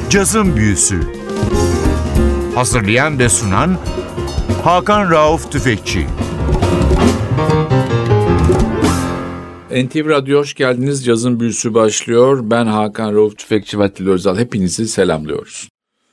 Cazın Büyüsü. Hazırlayan ve sunan Hakan Rauf Tüfekçi. NTV Radyo hoş geldiniz. Cazın Büyüsü başlıyor. Ben Hakan Rauf Tüfekçi ve Atilla Özal. Hepinizi selamlıyoruz.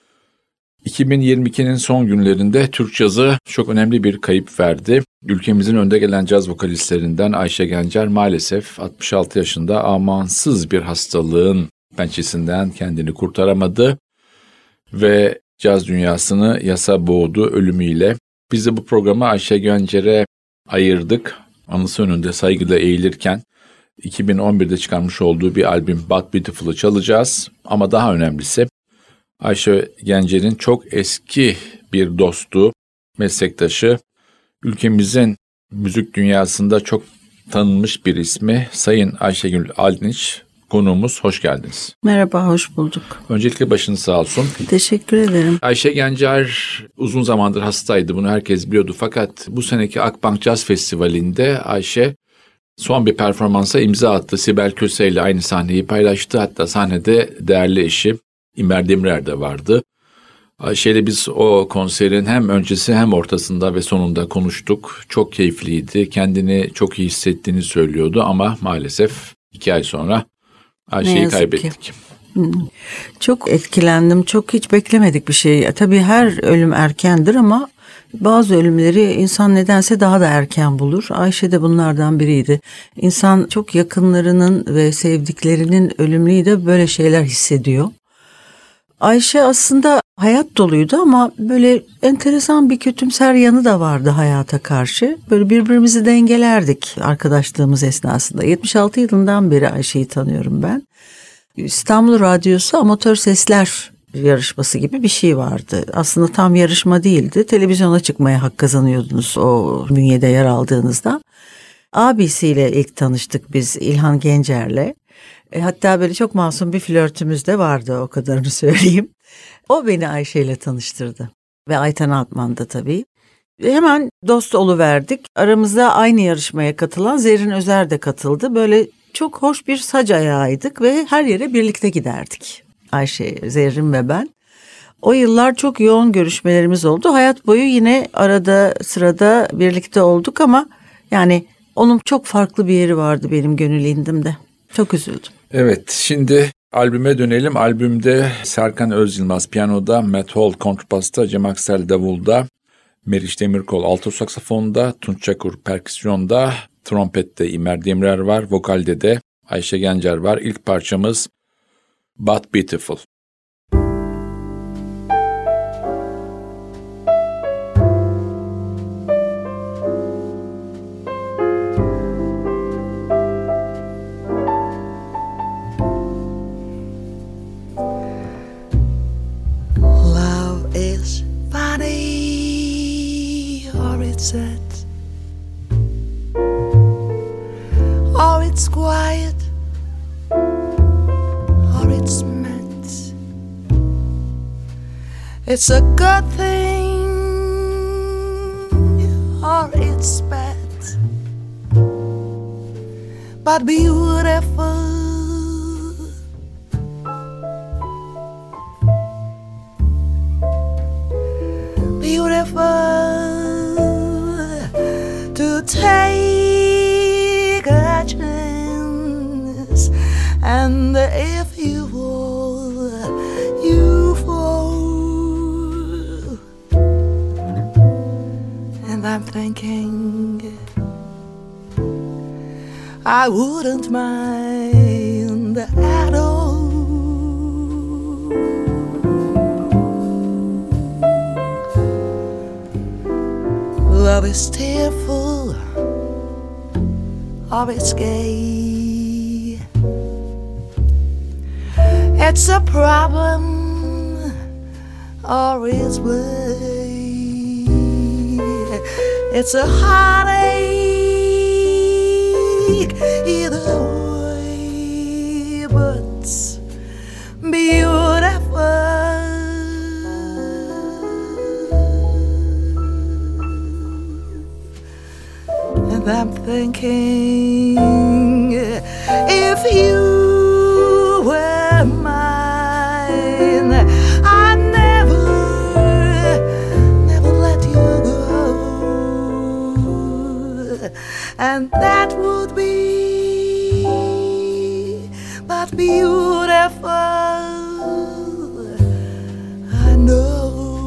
2022'nin son günlerinde Türk cazı çok önemli bir kayıp verdi. Ülkemizin önde gelen caz vokalistlerinden Ayşe Gencer maalesef 66 yaşında amansız bir hastalığın pençesinden kendini kurtaramadı ve caz dünyasını yasa boğdu ölümüyle. Biz de bu programı Ayşe Gencer'e ayırdık. Anısı önünde saygıyla eğilirken 2011'de çıkarmış olduğu bir albüm But Beautiful'ı çalacağız. Ama daha önemlisi Ayşe Gencer'in çok eski bir dostu, meslektaşı, ülkemizin müzik dünyasında çok tanınmış bir ismi Sayın Ayşegül Aldinç konuğumuz. Hoş geldiniz. Merhaba, hoş bulduk. Öncelikle başınız sağ olsun. Teşekkür ederim. Ayşe Gencer uzun zamandır hastaydı, bunu herkes biliyordu. Fakat bu seneki Akbank Caz Festivali'nde Ayşe son bir performansa imza attı. Sibel Köse ile aynı sahneyi paylaştı. Hatta sahnede değerli eşi İmer Demirer de vardı. Ayşe'yle biz o konserin hem öncesi hem ortasında ve sonunda konuştuk. Çok keyifliydi. Kendini çok iyi hissettiğini söylüyordu ama maalesef 2 ay sonra Ayşe'yi kaybettik. Çok etkilendim. Çok hiç beklemedik bir şey. Tabii her ölüm erkendir ama bazı ölümleri insan nedense daha da erken bulur. Ayşe de bunlardan biriydi. İnsan çok yakınlarının ve sevdiklerinin ölümlüğü de böyle şeyler hissediyor. Ayşe aslında hayat doluydu ama böyle enteresan bir kötümser yanı da vardı hayata karşı. Böyle birbirimizi dengelerdik arkadaşlığımız esnasında. 76 yılından beri Ayşe'yi tanıyorum ben. İstanbul Radyosu Amatör Sesler yarışması gibi bir şey vardı. Aslında tam yarışma değildi. Televizyona çıkmaya hak kazanıyordunuz o bünyede yer aldığınızda. Abisiyle ilk tanıştık biz İlhan Gencer'le. Hatta böyle çok masum bir flörtümüz de vardı, o kadarını söyleyeyim. O beni Ayşe ile tanıştırdı ve Ayten Altman da tabii. Hemen dost oluverdik. Aramızda aynı yarışmaya katılan Zerrin Özer de katıldı. Böyle çok hoş bir sac ayağıydık ve her yere birlikte giderdik. Ayşe, Zerrin ve ben. O yıllar çok yoğun görüşmelerimiz oldu. Hayat boyu yine arada sırada birlikte olduk ama yani onun çok farklı bir yeri vardı benim gönül indimde. Çok üzüldüm. Evet, şimdi albüme dönelim. Albümde Serkan Özyılmaz piyanoda, Matt Hall kontrbasta, Cem Aksel davulda, Meriç Demirkol alto saksafonda, Tunç Çakur perküsyonda, trompette İmer Demirer var, vokalde de Ayşe Gencer var. İlk parçamız But Beautiful. Sad, or it's quiet, or it's mad. It's a good thing, or it's bad, but beautiful. Beautiful. Take a chance, and if you fall, you fall. And I'm thinking I wouldn't mind at all. Love is tearful, or it's gay. It's a problem, or it's play. It's a heartache either way, but beautiful. And I'm thinking if you were mine, and that would be but beautiful. I know.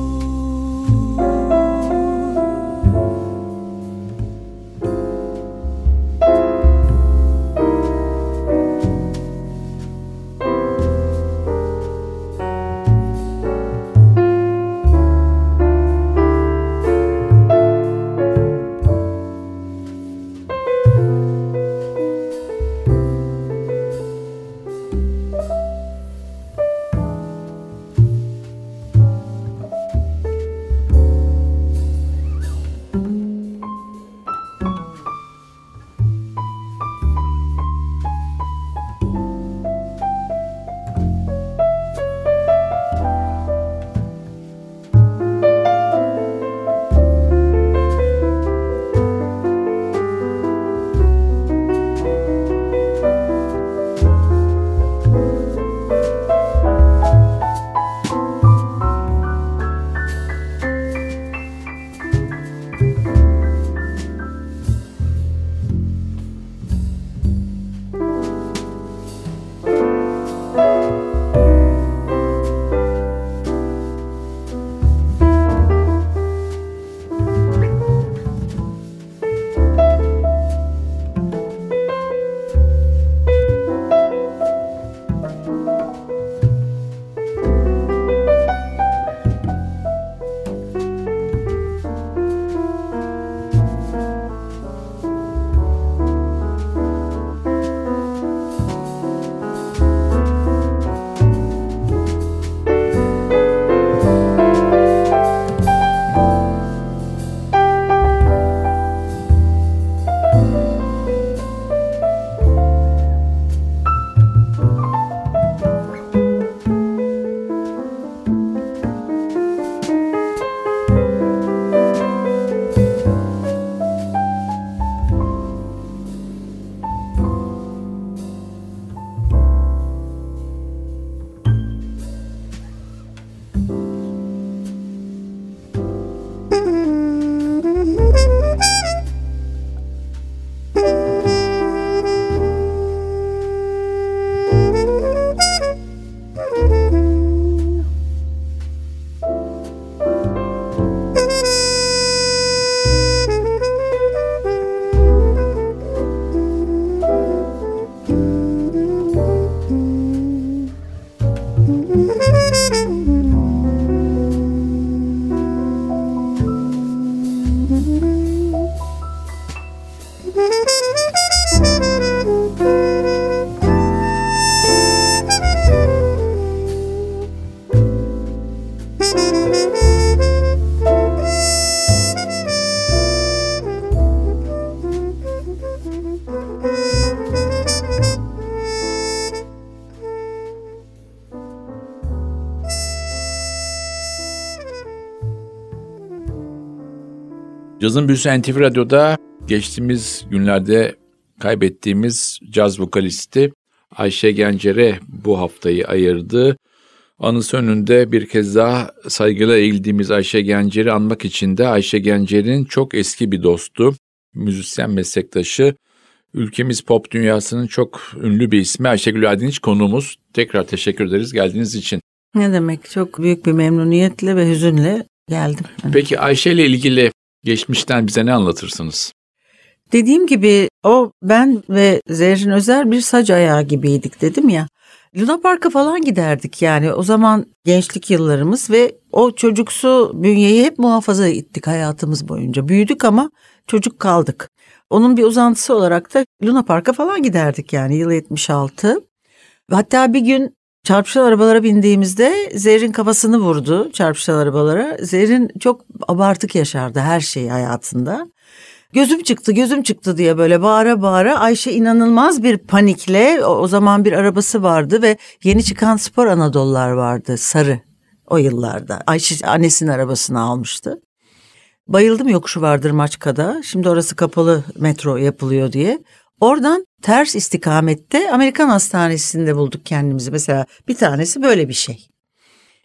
Cazın Büyüsü NTV Radyo'da geçtiğimiz günlerde kaybettiğimiz caz vokalisti Ayşe Gencer'e bu haftayı ayırdı. Anısı önünde bir kez daha saygıyla eğildiğimiz Ayşe Gencer'i anmak için de Ayşe Gencer'in çok eski bir dostu, müzisyen meslektaşı, ülkemiz pop dünyasının çok ünlü bir ismi Ayşegül Aydınç konuğumuz. Tekrar teşekkür ederiz geldiğiniz için. Ne demek, çok büyük bir memnuniyetle ve hüzünle geldim. Peki Ayşe ile ilgili geçmişten bize ne anlatırsınız? Dediğim gibi o, ben ve Zerrin Özer bir sac ayağı gibiydik dedim ya. Luna Park'a falan giderdik yani, o zaman gençlik yıllarımız ve o çocuksu bünyeyi hep muhafaza ettik hayatımız boyunca. Büyüdük ama çocuk kaldık. Onun bir uzantısı olarak da Luna Park'a falan giderdik yani, yıl 76. Hatta bir gün çarpışan arabalara bindiğimizde Zerrin kafasını vurdu çarpışan arabalara. Zerrin çok abartık yaşardı her şeyi hayatında. Gözüm çıktı diye böyle bağıra bağıra, Ayşe inanılmaz bir panikle, o zaman bir arabası vardı ve yeni çıkan Spor Anadolular vardı, sarı, o yıllarda. Ayşe annesinin arabasını almıştı. Bayıldım yokuşu vardır Maçka'da, şimdi orası kapalı, metro yapılıyor diye. Oradan ters istikamette Amerikan Hastanesi'nde bulduk kendimizi, mesela bir tanesi böyle bir şey.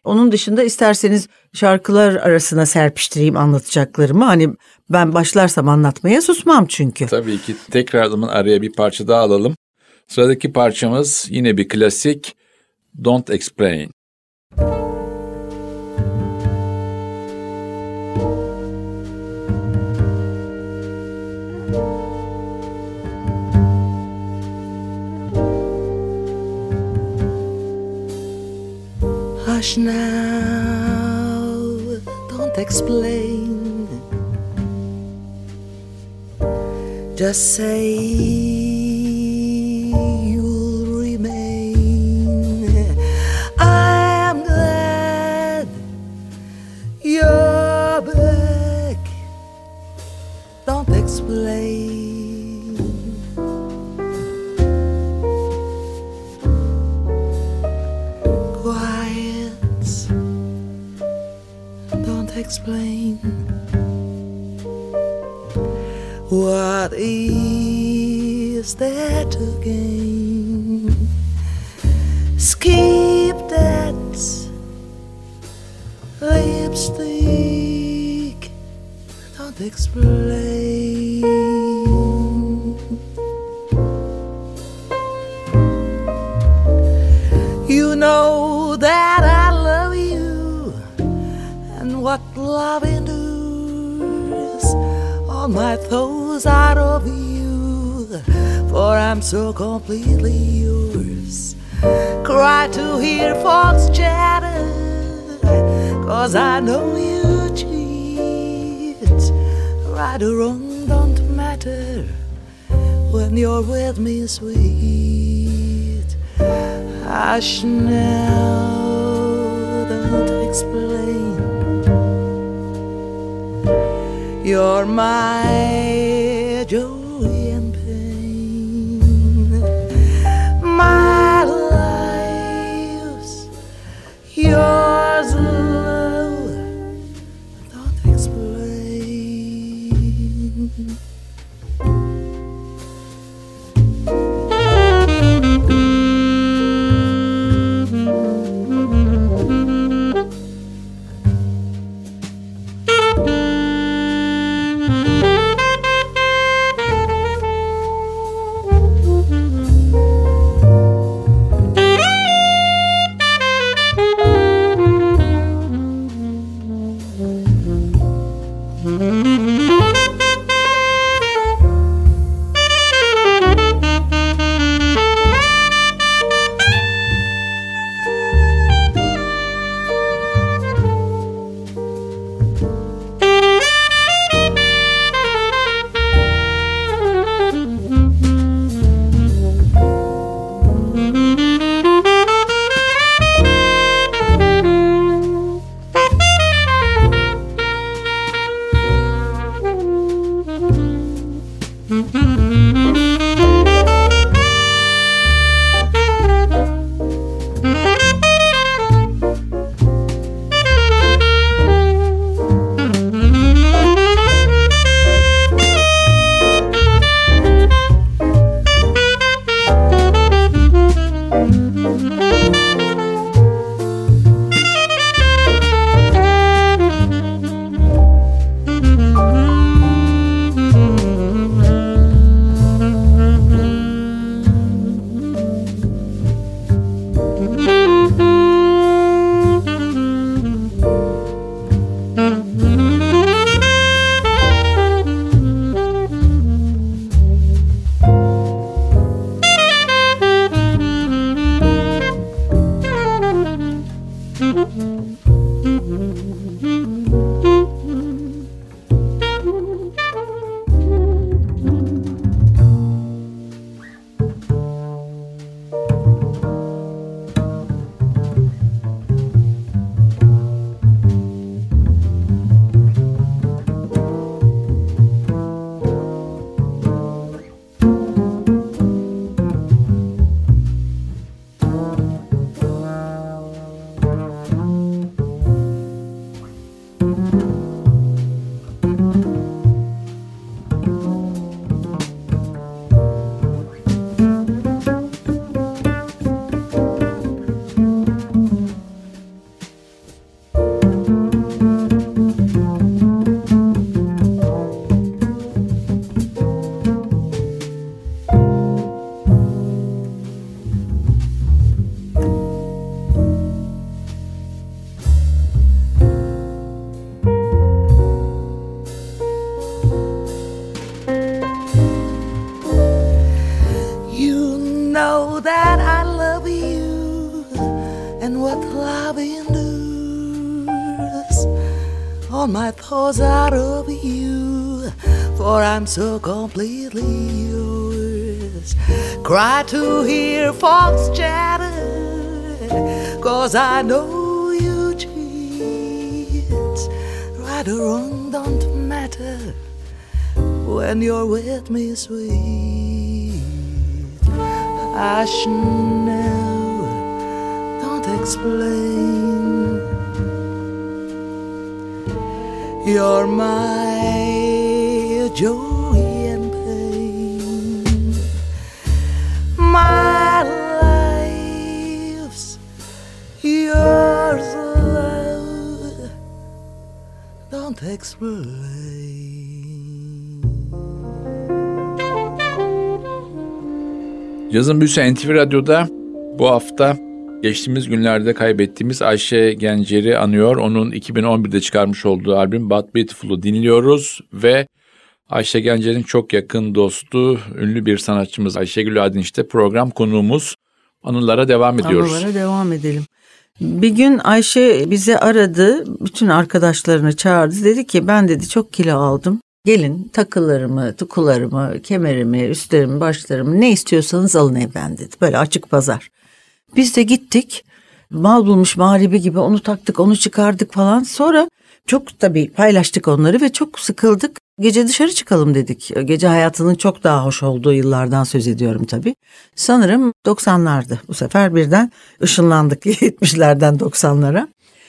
Onun dışında isterseniz şarkılar arasına serpiştireyim anlatacaklarımı. Hani ben başlarsam anlatmaya susmam çünkü. Tabii ki tekrar araya bir parça daha alalım. Sıradaki parçamız yine bir klasik, Don't Explain. Hush now, don't explain. Just say you'll remain. I'm glad you're back. Don't explain. Explain what is there to gain. Skip that lipstick. Don't explain. You know that I love you, and what love endures. All my thoughts are of you, for I'm so completely yours. Cry to hear folks chatter, 'cause I know you cheat. Right or wrong don't matter when you're with me, sweet. Hush now, don't explain. You're my joy and pain. My life's yours alone. Don't explain. all my thoughts are of you, for I'm so completely yours. Cry to hear folks chatter, 'cause I know you cheat. Right or wrong don't matter when you're with me, sweet. Hush now, don't explain. You're my joy and pain. My life's yours alone. Don't explain. Yazın Büyüsü NTV Radyo'da bu hafta geçtiğimiz günlerde kaybettiğimiz Ayşe Gencer'i anıyor. Onun 2011'de çıkarmış olduğu albüm But Beautiful'u dinliyoruz ve Ayşe Gencer'in çok yakın dostu, ünlü bir sanatçımız Ayşegül Adinç'te program konuğumuz. Anılara devam ediyoruz. Anılara devam edelim. Bir gün Ayşe bizi aradı, bütün arkadaşlarını çağırdı. Dedi ki ben dedi çok kilo aldım. Gelin takılarımı, tukularımı, kemerimi, üstlerimi, başlarımı ne istiyorsanız alın evden dedi. Böyle açık pazar. Biz de gittik. Mal bulmuş mağribi gibi onu taktık, onu çıkardık falan. Sonra çok tabii paylaştık onları ve çok sıkıldık. Gece dışarı çıkalım dedik. Gece hayatının çok daha hoş olduğu yıllardan söz ediyorum tabii. Sanırım 90'lardı. Bu sefer birden ışınlandık 70'lerden 90'lara.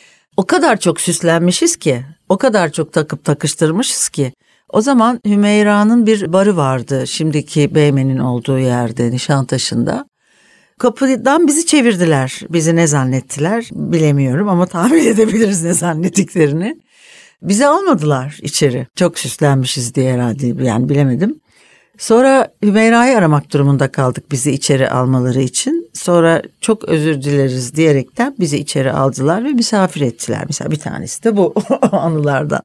O kadar çok süslenmişiz ki, o kadar çok takıp takıştırmışız ki. O zaman Hümeyra'nın bir barı vardı. Şimdiki Beymen'in olduğu yerde, Nişantaşı'nda. Kapıdan bizi çevirdiler. Bizi ne zannettiler bilemiyorum ama tahmin edebiliriz ne zannettiklerini. Bizi almadılar içeri. Çok süslenmişiz diye herhalde, yani bilemedim. Sonra Hümeyra'yı aramak durumunda kaldık bizi içeri almaları için. Sonra çok özür dileriz diyerekten bizi içeri aldılar ve misafir ettiler. Mesela bir tanesi de bu anılardan.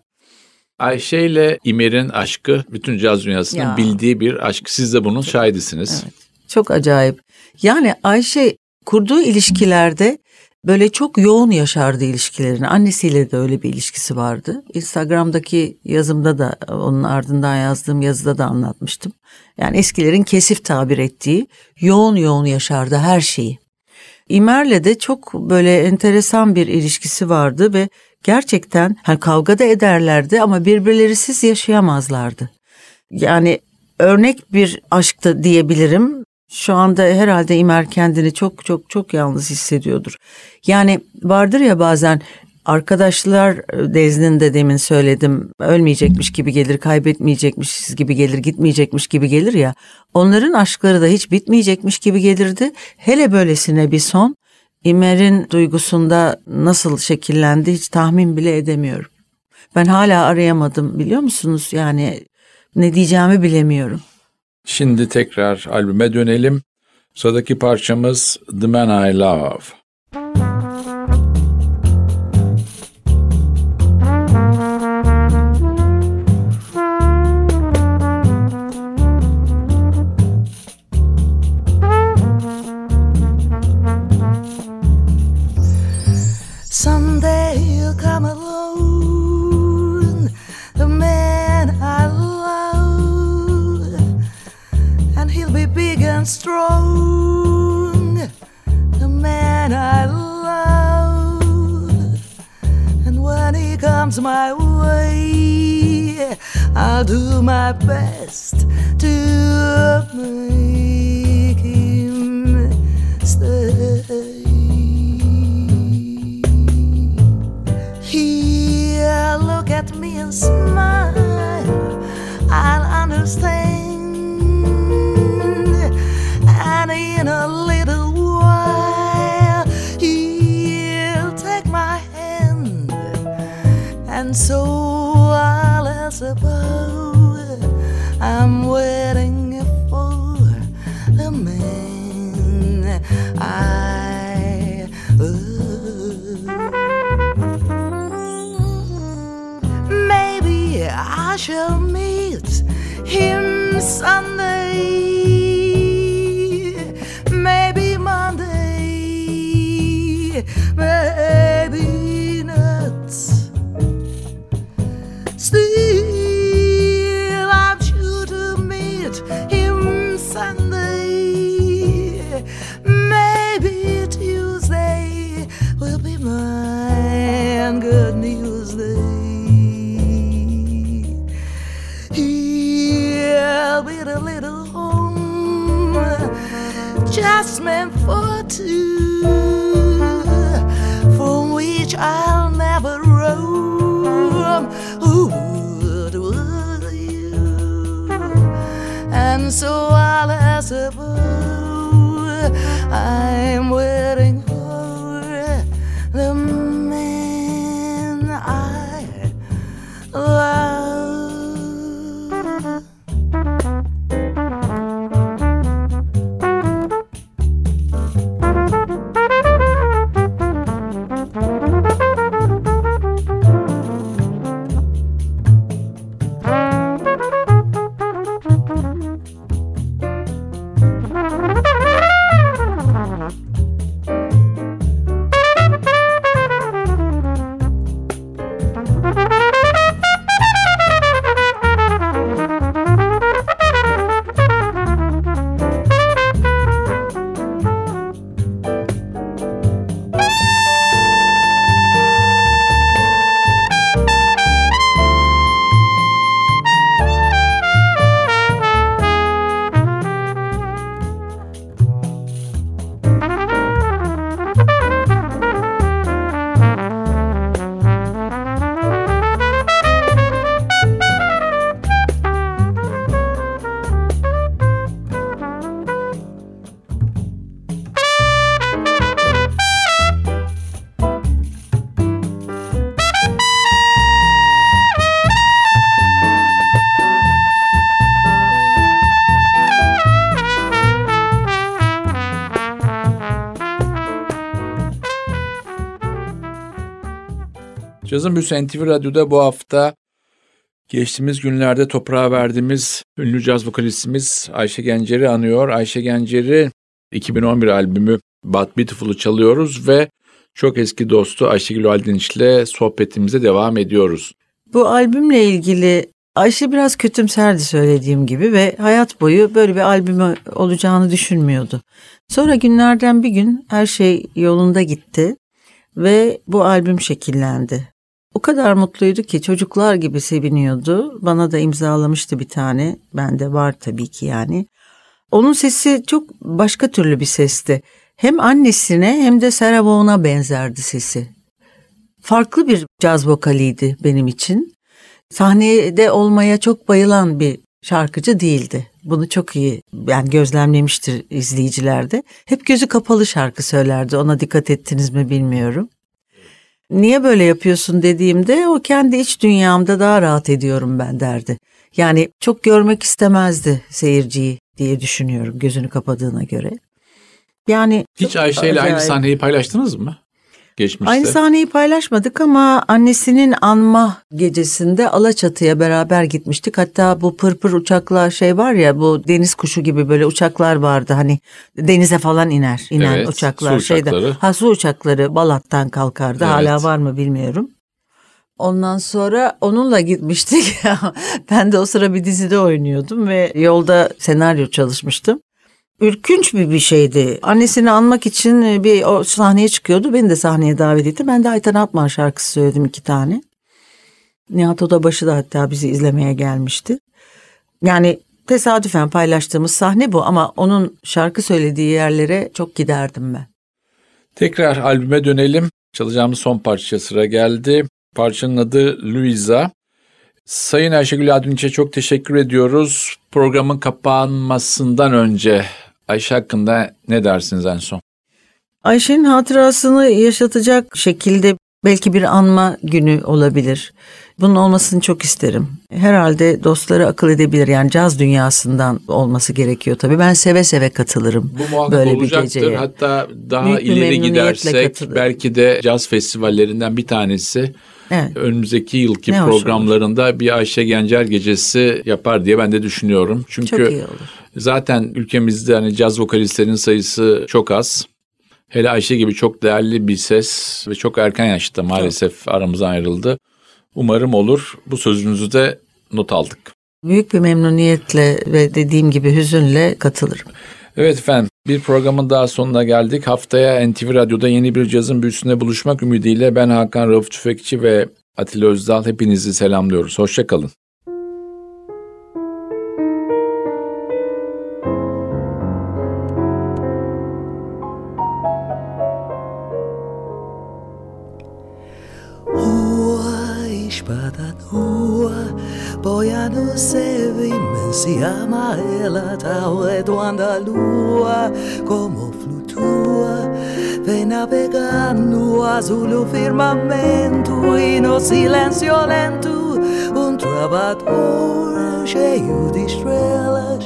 Ayşe ile İmer'in aşkı bütün caz dünyasının bildiği bir aşk. Siz de bunun şahidisiniz. Evet, çok acayip. Yani Ayşe kurduğu ilişkilerde böyle çok yoğun yaşardı ilişkilerini. Annesiyle de öyle bir ilişkisi vardı. Instagram'daki yazımda da onun ardından yazdığım yazıda da anlatmıştım. Yani eskilerin kesif tabir ettiği yoğun yoğun yaşardı her şeyi. İmer'le de çok böyle enteresan bir ilişkisi vardı ve gerçekten kavga da ederlerdi ama birbirlerisiz yaşayamazlardı. Yani örnek bir aşktı diyebilirim. Şu anda herhalde İmer kendini çok çok çok yalnız hissediyordur. Yani vardır ya bazen arkadaşlar nezdinde demin söyledim, ölmeyecekmiş gibi gelir, kaybetmeyecekmiş gibi gelir, gitmeyecekmiş gibi gelir ya. Onların aşkları da hiç bitmeyecekmiş gibi gelirdi. Hele böylesine bir son. İmer'in duygusunda nasıl şekillendi hiç tahmin bile edemiyorum. Ben hala arayamadım, biliyor musunuz? Yani ne diyeceğimi bilemiyorum. Şimdi tekrar albüme dönelim. Sıradaki parçamız The Man I Love. Someday you'll come alone, the man I love, and he'll be big and strong, the man I love. And when he comes my way, I'll do my best to make him stay. He'll look at me and smile, I'll understand, and in a little while he'll take my hand, and so I'll suppose I'm waiting for the man I love. Maybe I shall meet him Sunday, maybe Monday, maybe not. just meant for two, for which I'll never roam. Ooh, with you. And so I'll ask suppose I'm waiting for the man I love. Cazın Büyüsü NTV Radyo'da bu hafta geçtiğimiz günlerde toprağa verdiğimiz ünlü caz vokalistimiz Ayşe Gencer'i anıyor. Ayşe Gencer'i 2011 albümü But Beautiful'u çalıyoruz ve çok eski dostu Ayşegül Aldinç'le sohbetimize devam ediyoruz. Bu albümle ilgili Ayşe biraz kötümserdi söylediğim gibi ve hayat boyu böyle bir albüm olacağını düşünmüyordu. Sonra günlerden bir gün her şey yolunda gitti ve bu albüm şekillendi. O kadar mutluydu ki çocuklar gibi seviniyordu. Bana da imzalamıştı bir tane. Bende var tabii ki yani. Onun sesi çok başka türlü bir sesti. Hem annesine hem de Sarah Vaughan'a benzerdi sesi. Farklı bir caz vokaliydi benim için. Sahnede olmaya çok bayılan bir şarkıcı değildi. Bunu çok iyi yani gözlemlemiştir izleyiciler de. Hep gözü kapalı şarkı söylerdi. Ona dikkat ettiniz mi bilmiyorum. Niye böyle yapıyorsun dediğimde o kendi iç dünyamda daha rahat ediyorum ben derdi. Yani çok görmek istemezdi seyirciyi diye düşünüyorum gözünü kapadığına göre. Yani hiç Ayşe ile aynı sahneyi paylaştınız mı? Geçmişte. Aynı sahneyi paylaşmadık ama annesinin anma gecesinde Alaçatı'ya beraber gitmiştik. Hatta bu pırpır uçaklar şey var ya, bu deniz kuşu gibi böyle uçaklar vardı. Hani denize falan inen evet, uçaklar. Su uçakları. Su uçakları Balat'tan kalkardı. Evet. Hala var mı bilmiyorum. Ondan sonra onunla gitmiştik. Ben de o sıra bir dizide oynuyordum ve yolda senaryo çalışmıştım. Ürkünç bir şeydi. Annesini anmak için bir o sahneye çıkıyordu. Beni de sahneye davet etti. Ben de Ayten Apman şarkısı söyledim 2 tane. Nihat Odabaşı da hatta bizi izlemeye gelmişti. Yani tesadüfen paylaştığımız sahne bu ama onun şarkı söylediği yerlere çok giderdim ben. Tekrar albüme dönelim. Çalacağımız son parça sıra geldi. Parçanın adı Louisa. Sayın Ayşegül Aldinç'e çok teşekkür ediyoruz. Programın kapanmasından önce Ayşe hakkında ne dersiniz en son? Ayşe'nin hatırasını yaşatacak şekilde belki bir anma günü olabilir. Bunun olmasını çok isterim. Herhalde dostları akıl edebilir. Yani caz dünyasından olması gerekiyor tabii. Ben seve seve katılırım. Bu muhakkak böyle olacaktır. Bir geceye. Hatta daha ileri gidersek belki de caz festivallerinden bir tanesi. Evet. Önümüzdeki yılki programlarında bir Ayşe Gencer gecesi yapar diye ben de düşünüyorum. Çünkü çok iyi olur. Zaten ülkemizde hani caz vokalistlerinin sayısı çok az. Hele Ayşe gibi çok değerli bir ses ve çok erken yaşta maalesef aramızdan ayrıldı. Umarım olur. Bu sözünüzü de not aldık. Büyük bir memnuniyetle ve dediğim gibi hüzünle katılırım. Evet efendim, bir programın daha sonuna geldik. Haftaya NTV Radyo'da yeni bir cazın büyüsünde buluşmak ümidiyle ben Hakan Rauf Tüfekçi ve Atilla Özdal hepinizi selamlıyoruz. Hoşça kalın. poi a noi servim si ama ela tauedo andalua como flutua vem navegando azul o firmamento e no silêncio lento trovador cheio de estrelas.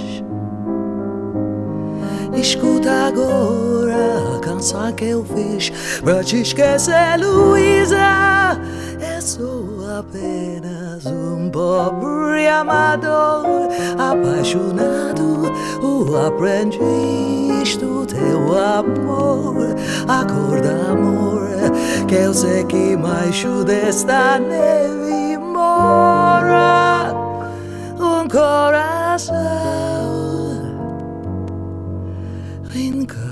Escuta agora a canção que eu fiz pra te esquecer, Luísa. É só apenas pobre amador apaixonado, o aprendiz do teu amor. Acorda, amor, que eu sei que embaixo desta neve mora coração. Vem cá,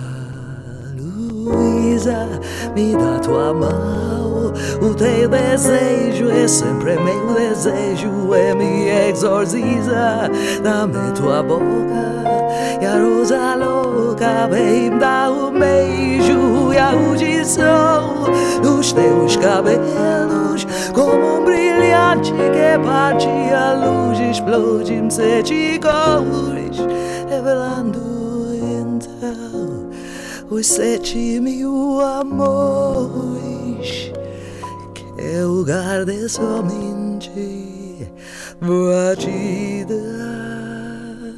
Luísa, me dá tua mão. O teu desejo é sempre meu desejo, me exorciza. Dá-me tua boca e a rosa louca vem dar beijo e a audição dos teus cabelos como brilhante que parte a luz explode em sete cores, revelando então os 7.000 amores que eu guardei somente pra te dar,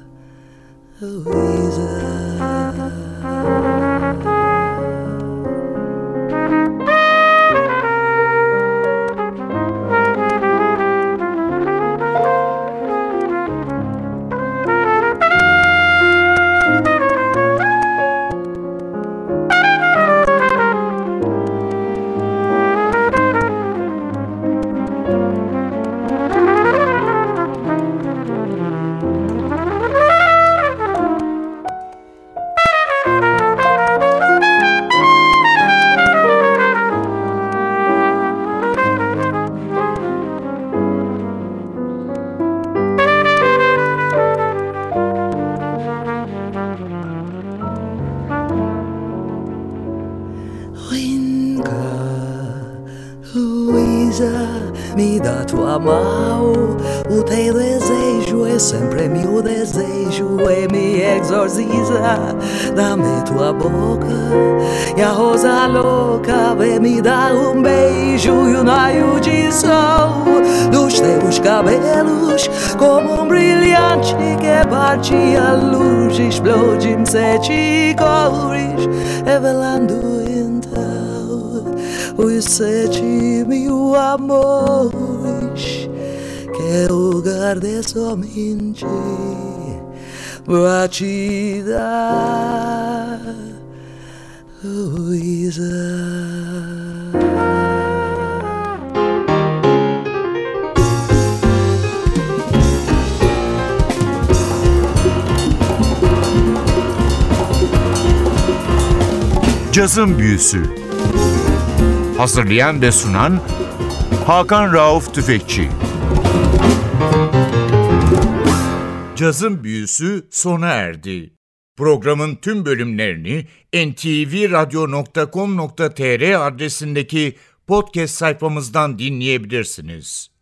Luísa. Me dá tua mão, o teu desejo é sempre meu desejo, me exorciza. Dá-me tua boca e a rosa louca vem me dar beijo e raio de sol dos teus cabelos como brilhante que parte a luz explode em 7 cores, revelando então os 7.000 amores que eu guardei somente pra te dar, Luísa. Cazın Büyüsü. Hazırlayan ve sunan Hakan Rauf Tüfekçi. Cazın Büyüsü sona erdi. Programın tüm bölümlerini ntvradio.com.tr adresindeki podcast sayfamızdan dinleyebilirsiniz.